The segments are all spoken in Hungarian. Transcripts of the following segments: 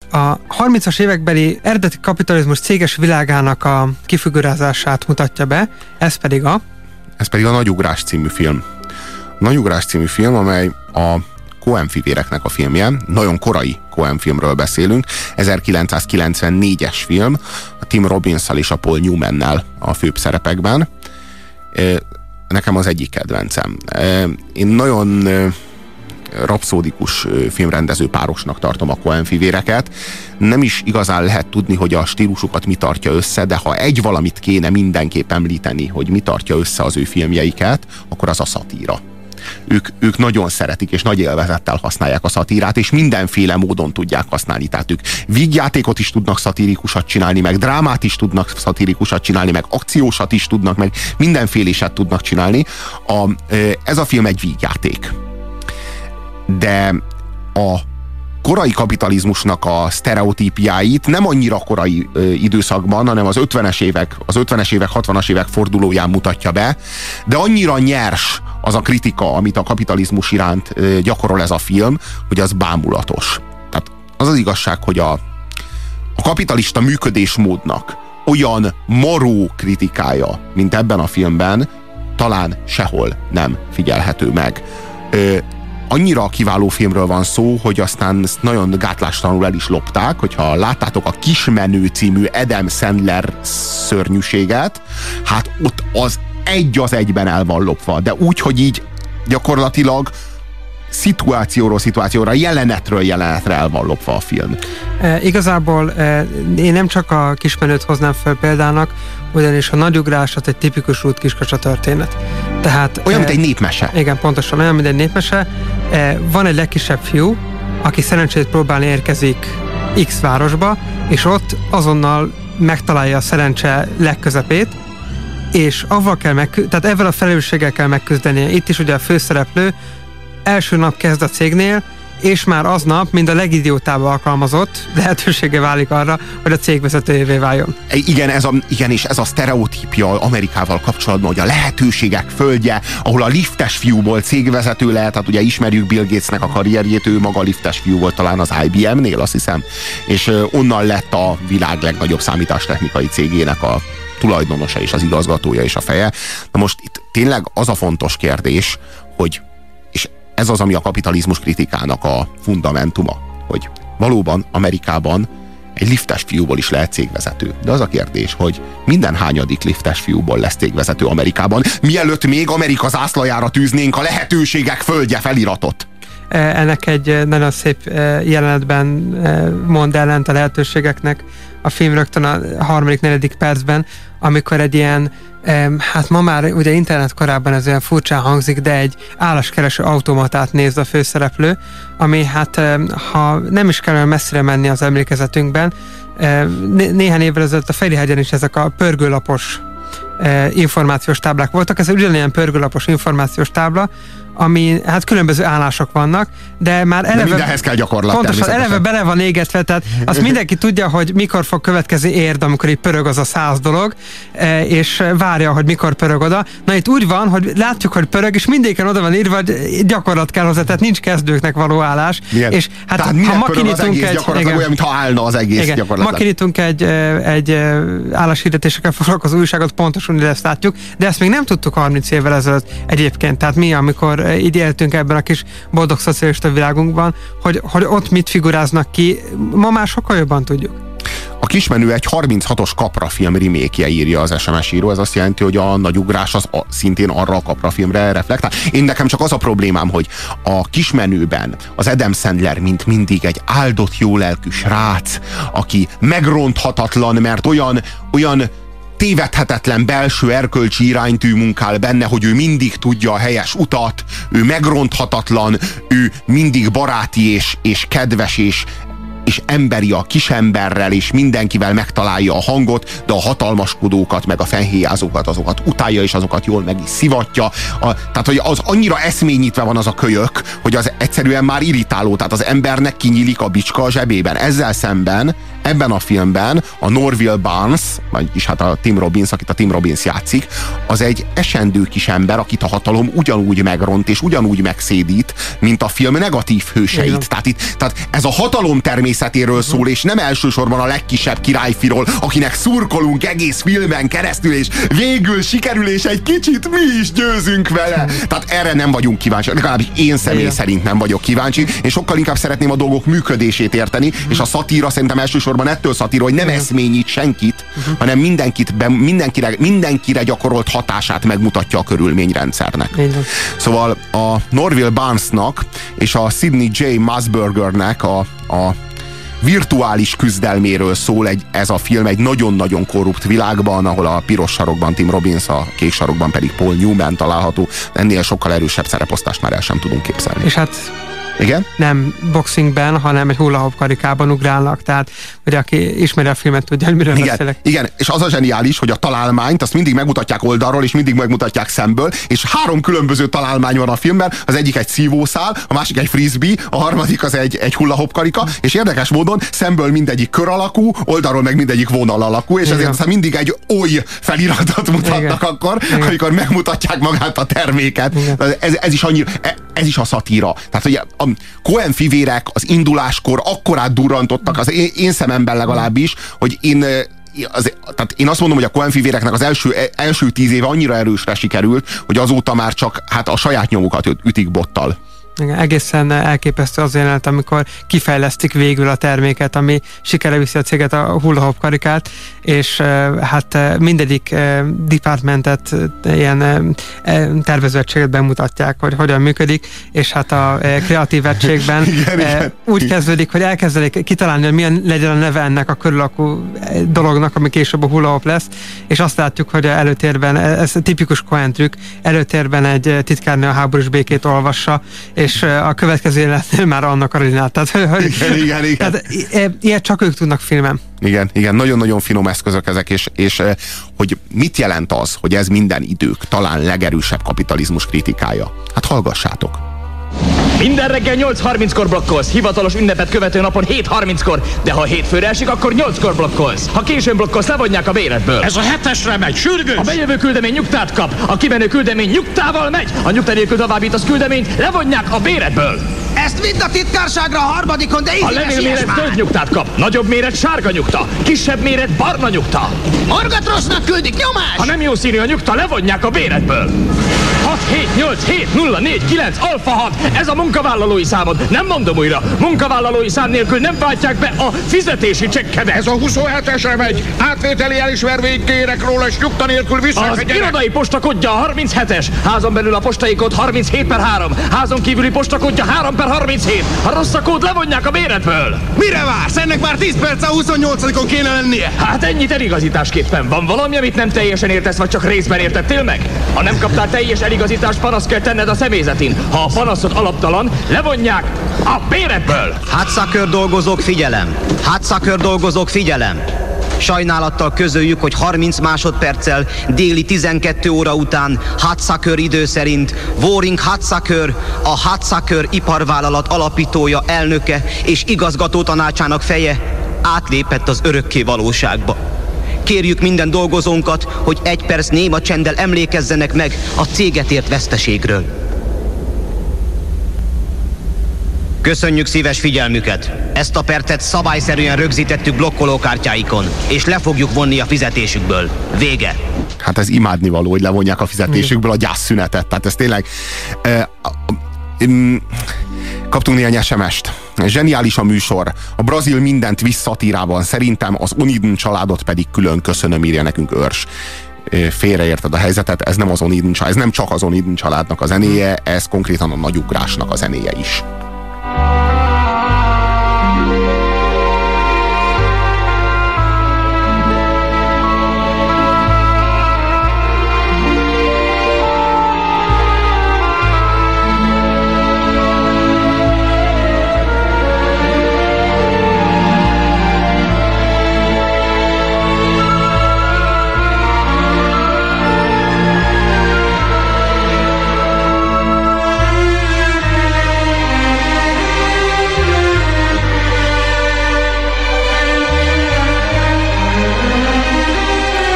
a 30-as évekbeli eredeti kapitalizmus céges világának a kifigurázását mutatja be, ez pedig a Nagy ugrás című film. Nagy ugrás című film, amely a Coen fivéreknek a filmje, nagyon korai Coen filmről beszélünk, 1994-es film, a Tim Robbins-szal és a Paul Newman-nel a főbb szerepekben. Nekem az egyik kedvencem. Én nagyon rapszódikus filmrendező párosnak tartom a Coen fivéreket. Nem is igazán lehet tudni, hogy a stílusukat mi tartja össze, de ha egy valamit kéne mindenképp említeni, hogy mi tartja össze az ő filmjeiket, akkor az a szatíra. Ők nagyon szeretik, és nagy élvezettel használják a szatírát, és mindenféle módon tudják használni. Tehát ők vígjátékot is tudnak szatirikusat csinálni, meg drámát is tudnak szatirikusat csinálni, meg akciósat is tudnak, meg mindenféléset tudnak csinálni. Ez a film egy vígjáték. De a korai kapitalizmusnak a sztereotípiáit nem annyira korai időszakban, hanem az 50-es évek, 60-as évek fordulóján mutatja be, de annyira nyers az a kritika, amit a kapitalizmus iránt gyakorol ez a film, hogy az bámulatos. Tehát az az igazság, hogy a kapitalista működésmódnak olyan maró kritikája, mint ebben a filmben, talán sehol nem figyelhető meg. Annyira kiváló filmről van szó, hogy aztán nagyon gátlástalanul el is lopták, hogyha láttátok a Kismenő című Adam Sandler szörnyűséget, hát ott az egyben el van lopva, de úgy, hogy így gyakorlatilag szituációra, jelenetről jelenetre el van lopva a film. Igazából én nem csak a Kismenőt hoznám fel példának, ugyanis a Nagy ugrás az egy tipikus útkiskacsa történet. Tehát, olyan, mint egy népmese. Igen, pontosan olyan, mint egy népmese. Van egy legkisebb fiú, aki szerencsét próbálni érkezik X városba, és ott azonnal megtalálja a szerencse legközepét, és avval kell tehát ezzel a felelősséggel kell megküzdenie. Itt is ugye a főszereplő első nap kezd a cégnél, és már aznap, mind a legidiótább alkalmazott, lehetősége válik arra, hogy a cég vezetőjévé váljon. Igen, és ez a sztereotípia Amerikával kapcsolatban, hogy a lehetőségek földje, ahol a liftes fiúból cégvezető lehet, hát ugye ismerjük Bill Gatesnek a karrierjét, ő maga liftes fiú volt talán az IBM-nél, azt hiszem, és onnan lett a világ legnagyobb számítástechnikai cégének a tulajdonosa és az igazgatója és a feje. Na most itt tényleg az a fontos kérdés, hogy ez az, ami a kapitalizmus kritikának a fundamentuma, hogy valóban Amerikában egy liftes fiúból is lehet cégvezető. De az a kérdés, hogy minden hányadik liftes fiúból lesz cégvezető Amerikában, mielőtt még Amerika zászlajára tűznénk a lehetőségek földje feliratot. Ennek egy nagyon szép jelenetben mond ellent a lehetőségeknek a film rögtön a 3.-4. percben, amikor egy ilyen, hát ma már ugye internet korában ez olyan furcsán hangzik, de egy álláskereső automatát néz a főszereplő, ami hát ha nem is kell olyan messzire menni az emlékezetünkben, néhány évvel ezelőtt a Ferihegyen is ezek a pörgőlapos információs táblák voltak. Ez ugyanilyen pörgőlapos információs tábla, ami, hát különböző állások vannak, de már eleve... De mindenhez kell gyakorlat. Pontosan, eleve bele van égetve, tehát azt mindenki tudja, hogy mikor fog következni érd, amikor így pörög az a 100 dolog, és várja, hogy mikor pörög oda. Na itt úgy van, hogy látjuk, hogy pörög, és mindéken oda van írva, hogy gyakorlat kell hozzá, tehát nincs kezdőknek való állás. Milyen? És hát tehát ha ma kinyitunk egy... Igen, olyan, mintha állna az egész gyakorlatilag. Ma kinyitunk egy álláshirdetésekkel foglalkozó újságot, pontosan ide ezt látjuk, de ezt még nem tudtuk 30 évvel ezelőtt egyébként. Tehát mi, amikor így éltünk ebben a kis boldog szocialista világunkban, hogy ott mit figuráznak ki, ma már sokkal jobban tudjuk. A Kismenő egy 36-os Capra film remake-je, írja az SMS író. Ez azt jelenti, hogy a Nagy ugrás az szintén arra a Capra filmre reflektál. Én nekem csak az a problémám, hogy a Kismenőben az Adam Sandler mint mindig egy áldott jólelkű srác, aki megronthatatlan, mert olyan tévedhetetlen belső erkölcsi iránytű munkál benne, hogy ő mindig tudja a helyes utat, ő megronthatatlan, ő mindig baráti és kedves és emberi a kisemberrel, és mindenkivel megtalálja a hangot, de a hatalmaskodókat, meg a fennhéjázókat, azokat utálja, és azokat jól meg is szivatja. Tehát, hogy az annyira eszményítve van az a kölyök, hogy az egyszerűen már irritáló, tehát az embernek kinyílik a bicska a zsebében. Ezzel szemben ebben a filmben a Norville Barnes, vagyis hát a Tim Robbins, akit a Tim Robbins játszik, az egy esendő kis ember, akit a hatalom ugyanúgy megront és ugyanúgy megszédít, mint a film negatív hőseit. Tehát ez a hatalom természetéről szól, és nem elsősorban a legkisebb királyfiról, akinek szurkolunk egész filmen keresztül, és végül sikerül, és egy kicsit mi is győzünk vele. Tehát erre nem vagyunk kíváncsi. Legalábbis én személy szerint nem vagyok kíváncsi. Én sokkal inkább szeretném a dolgok működését érteni, és a szatíra szerintem elsősorban ettől szatíra, hogy nem eszményít senkit, hanem mindenkire gyakorolt hatását megmutatja a körülményrendszernek. Szóval a Norville Barnesnak és a Sidney J. Musburgernek a virtuális küzdelméről szól ez a film egy nagyon-nagyon korrupt világban, ahol a piros sarokban Tim Robbins, a kék sarokban pedig Paul Newman található. Ennél sokkal erősebb szereposztást már el sem tudunk képzelni. És hát igen? Nem boxingben, hanem egy hula-hop karikában ugrálnak, tehát hogy aki ismeri a filmet, tudja, hogy miről beszélek. Igen, és az a zseniális, hogy a találmányt azt mindig megmutatják oldalról, és mindig megmutatják szemből, és 3 különböző találmány van a filmben, az egyik egy szívószál, a másik egy frisbee, a harmadik az egy hula-hop karika, és érdekes módon szemből mindegyik kör alakú, oldalról meg mindegyik vonal alakú, és ezért aztán mindig egy oly feliratot mutatnak akkor, amikor megmutatják magát a terméket. Ez is a szatíra. Tehát, hogy a Coen fivérek az induláskor akkorát durrantottak az én szememben legalábbis, hogy tehát én azt mondom, hogy a Coen fivéreknek az első 10 éve annyira erősre sikerült, hogy azóta már csak a saját nyomukat ütik bottal. Igen, egészen elképesztő az jelenet, amikor kifejlesztik végül a terméket, ami sikerre viszi a céget, a hula-hop karikát, és hát mindegyik departmentet, ilyen tervezőegységet bemutatják, hogy hogyan működik, és hát a kreatív egységben úgy kezdődik, hogy elkezdelik kitalálni, hogy milyen legyen a neve ennek a körülakú dolognak, ami később a hula-hop lesz, és azt látjuk, hogy előtérben, ez tipikus Coen trükk, előtérben egy titkárnő a háborús békét olvassa, és a következő életnél már annak arinát. Tehát, igen. Tehát, ilyet csak ők tudnak filmen. Igen, nagyon-nagyon finom eszközök ezek, és hogy mit jelent az, hogy ez minden idők talán legerősebb kapitalizmus kritikája? Hát hallgassátok! Minden reggel 8:30-kor blokkolsz, hivatalos ünnepet követő napon 7:30-kor, de ha hétfőre esik, akkor 8-kor blokkolsz. Ha későn blokkolsz, levonják a béredből. Ez a 7-esre megy, sürgős! A bejövő küldemény nyugtát kap, a kimenő küldemény nyugtával megy, a nyugta nélkül továbbítasz küldeményt, levonják a béredből. Ezt vidd a titkárságra a 3-on, de a levélméret zöld nyugtát kap, nagyobb méret sárga nyugta, kisebb méret barna nyugta. Morgatrosznak küldik, nyomás! Ha nem jó színű a nyugta, levonják a béredből. 6, 7, 8, 7, 0, 4, 9, alfa 6, ez a munkavállalói számod. Nem mondom újra, munkavállalói szám nélkül nem váltják be a fizetési csekkedet. Ez a 27-esre megy, átvételi elismervényt kérek róla, és nyugta nélkül visszaködjenek. Az irodai postakodja a 37-es, házon belül a postai kód 37/3, házon kívüli postakodja 3/37. Ha rossz a kód, levonják a béredből. Mire vársz? Ennek már 10 perc a 28-on kéne lennie. Hát ennyit eligazításképpen. Van valami, amit nem teljesen értesz, vagy csak részben értettél meg? Ha nem kaptál teljes eligazítást, panaszt kell tenned a személyzetin. Ha a panaszod alaptalan, levonják a béredből. Hátszakör dolgozók, figyelem! Hátszakör dolgozók, figyelem! Sajnálattal közöljük, hogy 30 másodperccel déli 12 óra után Hátszakör idő szerint Waring Hátszakör, a Hátszakör iparvállalat alapítója, elnöke és igazgató tanácsának feje átlépett az örökké valóságba. Kérjük minden dolgozónkat, hogy 1 perc néma csenddel emlékezzenek meg a céget ért veszteségről. Köszönjük szíves figyelmüket! Ezt a percet szabályszerűen rögzítettük blokkolókártyáikon, és le fogjuk vonni a fizetésükből. Vége! Hát ez imádnivaló, hogy levonják a fizetésükből a gyászszünetet. Tehát ez tényleg... kaptunk néhány SMS-t. Zseniális a műsor. A brazil mindent visszatírában, szerintem az Onidin családot pedig külön köszönöm, írja nekünk Örs. Félreérted a helyzetet, ez nem az Onidin család, ez nem csak az Onidin családnak a zenéje, ez konkrétan a nagyugrásnak a zenéje is.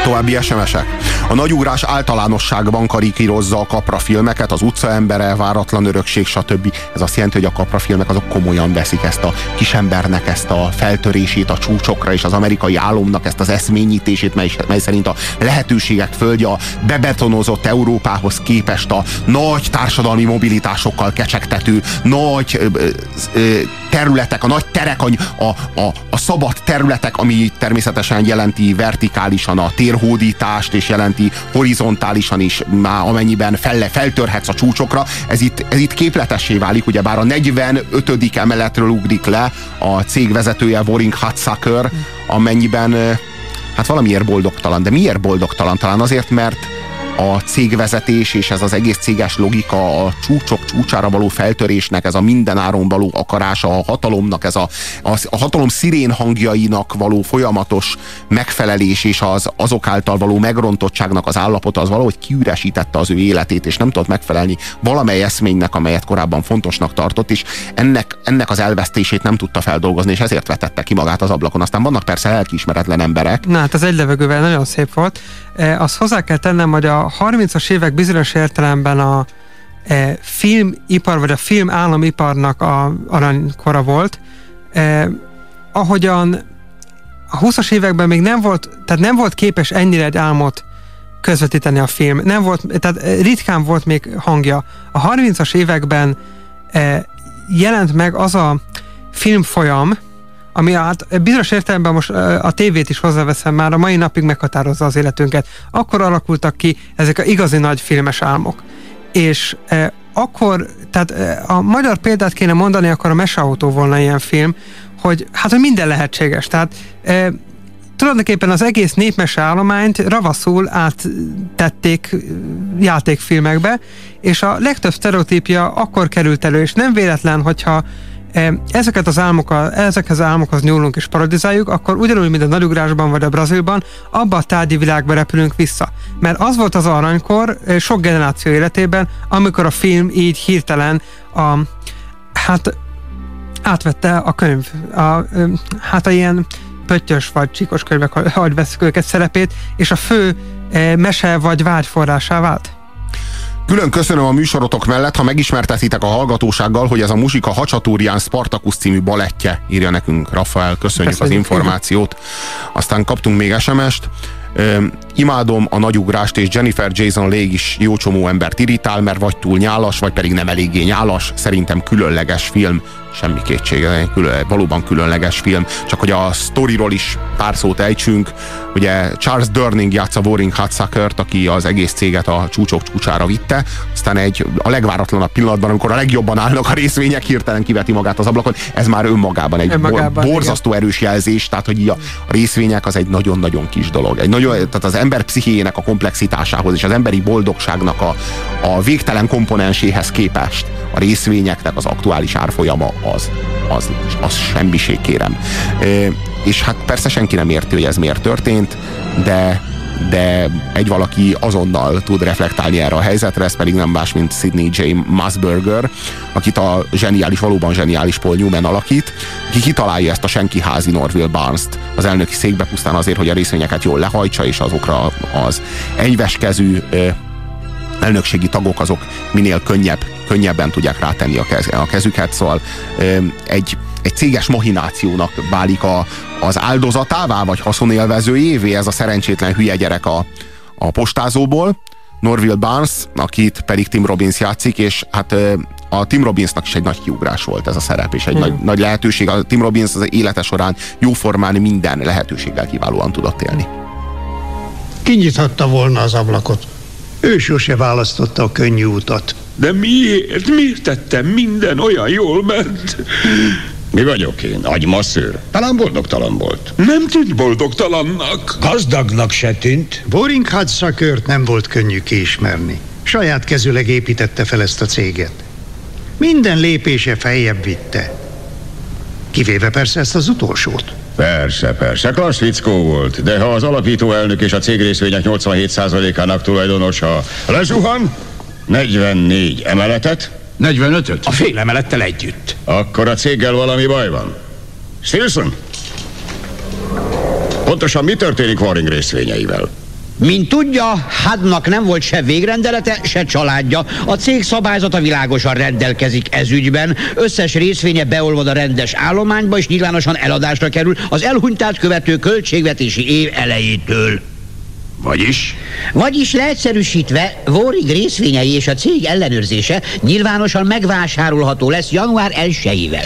További SMS-ek. A nagyugrás általánosságban karikírozza a Capra filmeket, az utcaembere, váratlan örökség, stb. Ez azt jelenti, hogy a Capra filmek azok komolyan veszik ezt a kisembernek ezt a feltörését a csúcsokra, és az amerikai álomnak ezt az eszményítését, mely szerint a lehetőségek földje a bebetonozott Európához képest a nagy társadalmi mobilitásokkal kecsegtető nagy területek, a nagy terek, a szabad területek, ami természetesen jelenti vertikálisan a térhódítást, és jelenti horizontálisan is, amennyiben feltörhetsz a csúcsokra. Ez itt képletessé válik, ugyebár a 45. emeletről ugrik le a cég vezetője, Warring Hudsucker, amennyiben hát valamiért boldogtalan. De miért boldogtalan? Talán azért, mert a cégvezetés és ez az egész céges logika, a csúcsok csúcsára való feltörésnek, ez a mindenáron való akarása, a hatalomnak, ez a hatalom szirén hangjainak való folyamatos megfelelés és azok által való megrontottságnak az állapota, az valahogy kiüresítette az ő életét, és nem tudott megfelelni valamely eszménynek, amelyet korábban fontosnak tartott, és ennek az elvesztését nem tudta feldolgozni, és ezért vetette ki magát az ablakon. Aztán vannak persze lelkiismeretlen emberek. Na hát az egy levegővel nagyon szép volt. Azt hozzá kell tennem, hogy a 30-as évek bizonyos értelemben a filmipar, vagy a film államiparnak a aranykora volt. Ahogyan a 20-as években még nem volt képes ennyire egy álmot közvetíteni a film. Tehát ritkán volt még hangja. A 30-as években jelent meg az a filmfolyam, ami hát bizonyos értelemben most a tévét is hozzáveszem, már a mai napig meghatározza az életünket. Akkor alakultak ki ezek a igazi nagy filmes álmok. És akkor, tehát a magyar példát kéne mondani, akkor a Meseautó volna ilyen film, hogy minden lehetséges. Tehát tulajdonképpen az egész népmese állományt ravaszul áttették játékfilmekbe, és a legtöbb sztereotípia akkor került elő, és nem véletlen, hogyha ezekhez az álmokhoz nyúlunk és parodizáljuk, akkor ugyanúgy, mint a Nagyugrásban vagy a Brazilban, abba a tárgyi világba repülünk vissza. Mert az volt az aranykor sok generáció életében, amikor a film így hirtelen átvette a könyv. A ilyen pöttyös vagy csíkos könyvek, ahogy veszük őket szerepét, és a fő mese vagy vágyforrásá vált. Külön köszönöm a műsorotok mellett, ha megismertetitek a hallgatósággal, hogy ez a Muzsika Hacsatúrián Spartacus című balettje, írja nekünk Rafael, köszönjük az információt. Aztán kaptunk még SMS-t. Imádom a nagyugrást, és Jennifer Jason Leigh is jó csomó embert irritál, mert vagy túl nyálas, vagy pedig nem eléggé nyálas. Szerintem különleges film. Semmi kétsége, valóban különleges film. Csak hogy a sztoriról is pár szót ejtsünk. Ugye Charles Durning játsza Warring Hudsuckert, aki az egész céget a csúcsok csúcsára vitte. Aztán a legváratlanabb pillanatban, amikor a legjobban állnak a részvények, hirtelen kiveti magát az ablakon. Ez már önmagában egy borzasztó erős jelzés, tehát hogy a részvények az egy nagyon-nagyon kis dolog. Tehát az ember pszichéjének a komplexitásához és az emberi boldogságnak a végtelen komponenséhez képest a részvényeknek az aktuális árfolyama az semmiség, kérem. És hát persze senki nem érti, hogy ez miért történt, de egy valaki azonnal tud reflektálni erre a helyzetre, ez pedig nem más, mint Sidney J. Musburger, akit a valóban zseniális Paul Newman alakít, aki kitalálja ezt a senkiházi Norville Barnes-t az elnöki székbe pusztán azért, hogy a részvényeket jól lehajtsa, és azokra az enyveskezű elnökségi tagok azok minél könnyebben tudják rátenni a kezüket, szóval egy céges mahinációnak válik az áldozatává, vagy haszonélvezőjévé ez a szerencsétlen hülye gyerek a postázóból, Norville Barnes, akit pedig Tim Robbins játszik, és hát a Tim Robbinsnak is egy nagy kiugrás volt ez a szerep, és egy nagy lehetőség. A Tim Robbins az élete során jóformán minden lehetőséggel kiválóan tudott élni. Kinyithatta volna az ablakot. Ő sose választotta a könnyű utat. De miért? Miért tettem? Minden olyan jól ment? Mi vagyok én? Agymasszőr? Talán boldogtalan volt. Nem tűnt boldogtalannak. Gazdagnak se tűnt. Warring Hudsuckert nem volt könnyű kiismerni. Saját kezüleg építette fel ezt a céget. Minden lépése feljebb vitte. Kivéve persze ezt az utolsót. Persze, klassz fickó volt, de ha az alapító elnök és a cég részvények 87%-ának tulajdonosa lezuhan, 44 emeletet, 45-öt? A fél emelettel együtt. Akkor a céggel valami baj van. Stilson? Pontosan mi történik Warring részvényeivel? Mint tudja, HUD-nak nem volt se végrendelete, se családja. A cég szabályzata világosan rendelkezik ez ügyben. Összes részvénye beolvad a rendes állományba, és nyilvánosan eladásra kerül az elhunytást követő költségvetési év elejétől. Vagyis leegyszerűsítve, Waring részvényei és a cég ellenőrzése nyilvánosan megvásárolható lesz január 1-ével.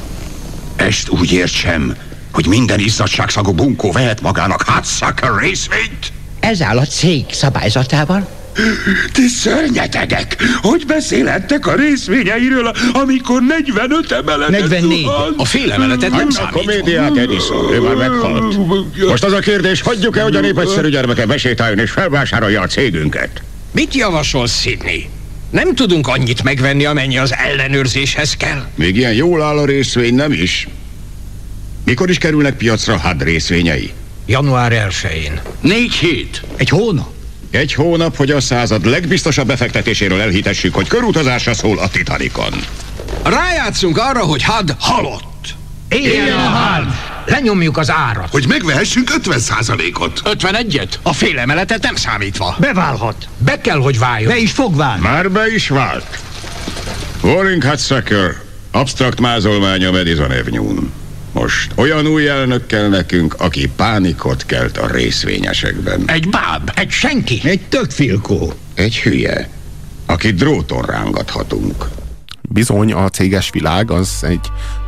Ezt úgy értsem, hogy minden izzadságszagú bunkó vehet magának Hudsucker részvényt? Ez áll a cég szabályzatában. Ti szörnyetegek! Hogy beszélhettek a részvényeiről, amikor 45 emeletet 44. zuhant? A fél emeletet nem A számítva. komédiát, Edison, ő már meghalt. Most az a kérdés, hagyjuk-e, hogy a népegyszerű gyermeke besétáljon és felvásárolja a cégünket? Mit javasolsz, Sidney? Nem tudunk annyit megvenni, amennyi az ellenőrzéshez kell. Még ilyen jól áll a részvény nem is. Mikor is kerülnek piacra HUD részvényei? Január 1-én. 4 hét. Egy hónap. Egy hónap, hogy a század legbiztosabb befektetéséről elhitessük, hogy körutazásra szól a Titanicon. Rájátszunk arra, hogy HUD halott. Éljen a HUD! Lenyomjuk az árat. Hogy megvehessünk 50%-ot. 51-et? A fél emeletet nem számítva. Beválhat. Be kell, hogy váljon. Be is fog válni. Már be is vált. Waring Hudsucker, absztrakt mázolmánya Madison Avenue-n. Most olyan új elnök kell nekünk, aki pánikot kelt a részvényesekben. Egy báb. Egy senki. Egy tökfilkó. Egy hülye, akit dróton rángathatunk. Bizony, a céges világ az egy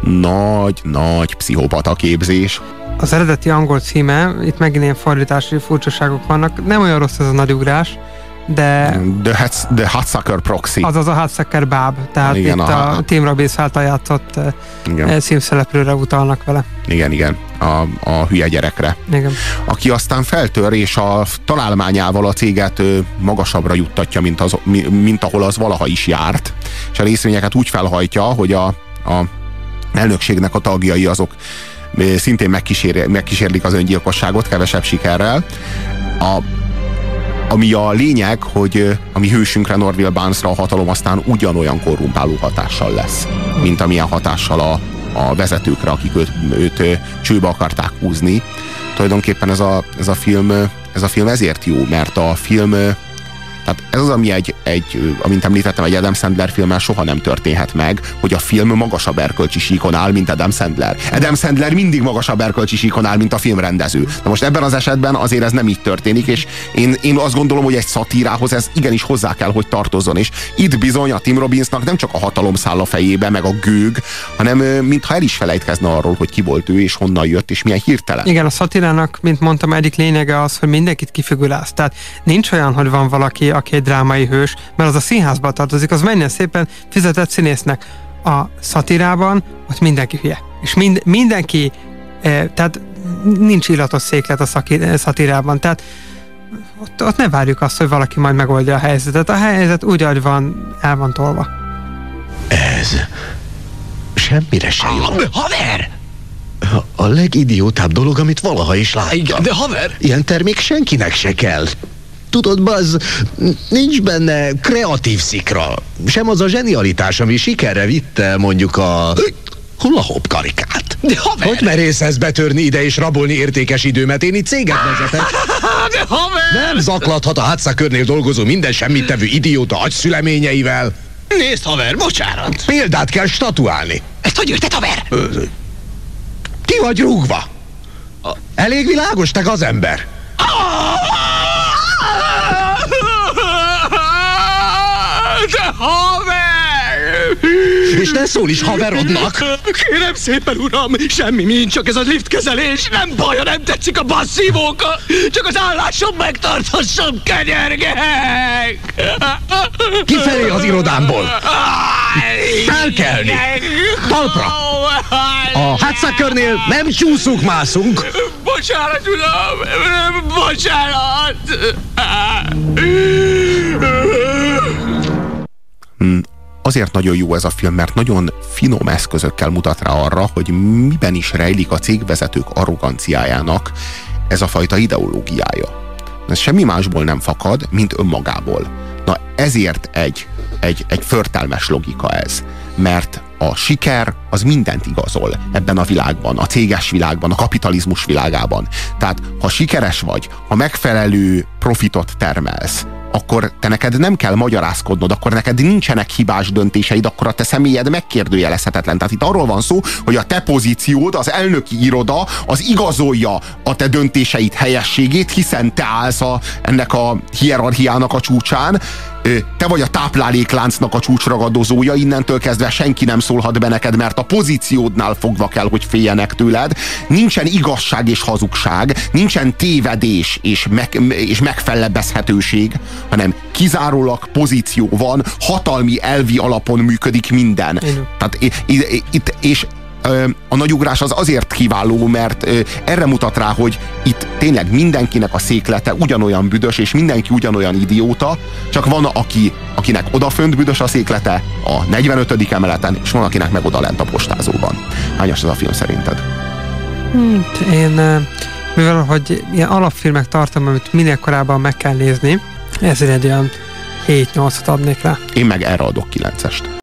nagy pszichopata képzés. Az eredeti angol címe, itt megint ilyen fordítási furcsaságok vannak, nem olyan rossz ez a nagyugrás, de... The Hudsucker Proxy. Azaz a Hudsucker báb, tehát igen, itt a Tim Robbins által játszott színszereplőre utalnak vele. Igen, a hülye gyerekre. Igen. Aki aztán feltör, és a találmányával a céget magasabbra juttatja, mint ahol az valaha is járt, és a részvényeket úgy felhajtja, hogy a elnökségnek a tagjai azok szintén megkísérlik az öngyilkosságot, kevesebb sikerrel. Ami a lényeg, hogy a mi hősünkre, Norville Barnesra a hatalom aztán ugyanolyan korrumpáló hatással lesz, mint amilyen hatással a vezetőkre, akik őt csőbe akarták húzni. Tulajdonképpen ez a film ezért jó, mert a film, tehát ez az, ami amint említettem, egy Adam Sandler filmmel soha nem történhet meg, hogy a film magasabb erkölcsi síkon áll, mint Adam Sandler. Adam Sandler mindig magasabb erkölcsi síkon áll, mint a filmrendező. De most ebben az esetben azért ez nem így történik, és én azt gondolom, hogy egy szatírához ez igenis hozzá kell, hogy tartozzon, és itt bizony a Tim Robbinsnak nem csak a hatalom száll a fejébe, meg a gőg, hanem mintha el is felejtkezne arról, hogy ki volt ő, és honnan jött, és milyen hirtelen. Igen, a szatírának, mint mondtam, egyik lényege az, hogy mindenkit kifiguráz. Tehát nincs olyan, hogy van valaki, aki egy drámai hős, mert az a színházba tartozik, az menjen szépen fizetett színésznek. A szatírában ott mindenki hülye. És mindenki, tehát nincs illatos széklet a szatírában, tehát ott ne várjuk azt, hogy valaki majd megoldja a helyzetet. A helyzet úgy, ahogy van, el van tolva. Ez semmire se jó. De haver! A legidiótább dolog, amit valaha is láttam. Igen, de haver! Ilyen termék senkinek se kell. Tudod, Buzz, nincs benne kreatív szikra. Sem az a zsenialitás, ami sikerre vitte mondjuk a hula-hop karikát. De haver! Hogy merészhez betörni ide és rabolni értékes időmet? Én itt céget vezetek. De haver! Nem zaklathat a Hudsuckernél dolgozó minden semmittevő idióta agyszüleményeivel. Nézd, haver, bocsánat! Példát kell statuálni. Ezt hogy érted, haver? Ki vagy rúgva? Elég világos, te gazember? De haver! És ne szól is haverodnak! Kérem szépen, uram, semmi nincs, csak ez a liftkezelés. Nem baj, ha nem tetszik a basszívóka, csak az állásom megtarthasson, kenyergek! Kifelé az irodámból! Felkelni! Talpra! A Hudsuckernél nem csúszunk-mászunk! Bocsánat, uram! Bocsánat! Azért nagyon jó ez a film, mert nagyon finom eszközökkel mutat rá arra, hogy miben is rejlik a cégvezetők arroganciájának ez a fajta ideológiája. Ez semmi másból nem fakad, mint önmagából. Na ezért egy förtelmes logika ez, mert a siker az mindent igazol ebben a világban, a céges világban, a kapitalizmus világában. Tehát ha sikeres vagy, ha megfelelő profitot termelsz, akkor te neked nem kell magyarázkodnod, akkor neked nincsenek hibás döntéseid, akkor a te személyed megkérdőjelezhetetlen. Tehát itt arról van szó, hogy a te pozíciód, az elnöki iroda, az igazolja a te döntéseid helyességét, hiszen te állsz ennek a hierarchiának a csúcsán, te vagy a táplálékláncnak a csúcsragadozója, innentől kezdve senki nem szólhat be neked, mert a pozíciódnál fogva kell, hogy féljenek tőled. Nincsen igazság és hazugság, nincsen tévedés és megfellebbezhetőség, hanem kizárólag pozíció van, hatalmi elvi alapon működik minden. Tehát és a nagyugrás az azért kiváló, mert erre mutat rá, hogy itt tényleg mindenkinek a széklete ugyanolyan büdös, és mindenki ugyanolyan idióta, csak van, akinek odafönt büdös a széklete a 45. emeleten, és van, akinek meg odalent a postázóban. Hányas ez a film szerinted? Én, mivel hogy ilyen alapfilmek tartom, amit minél korábban meg kell nézni, ezért egy olyan 7-8-at adnék rá. Én meg erre adok 9-est.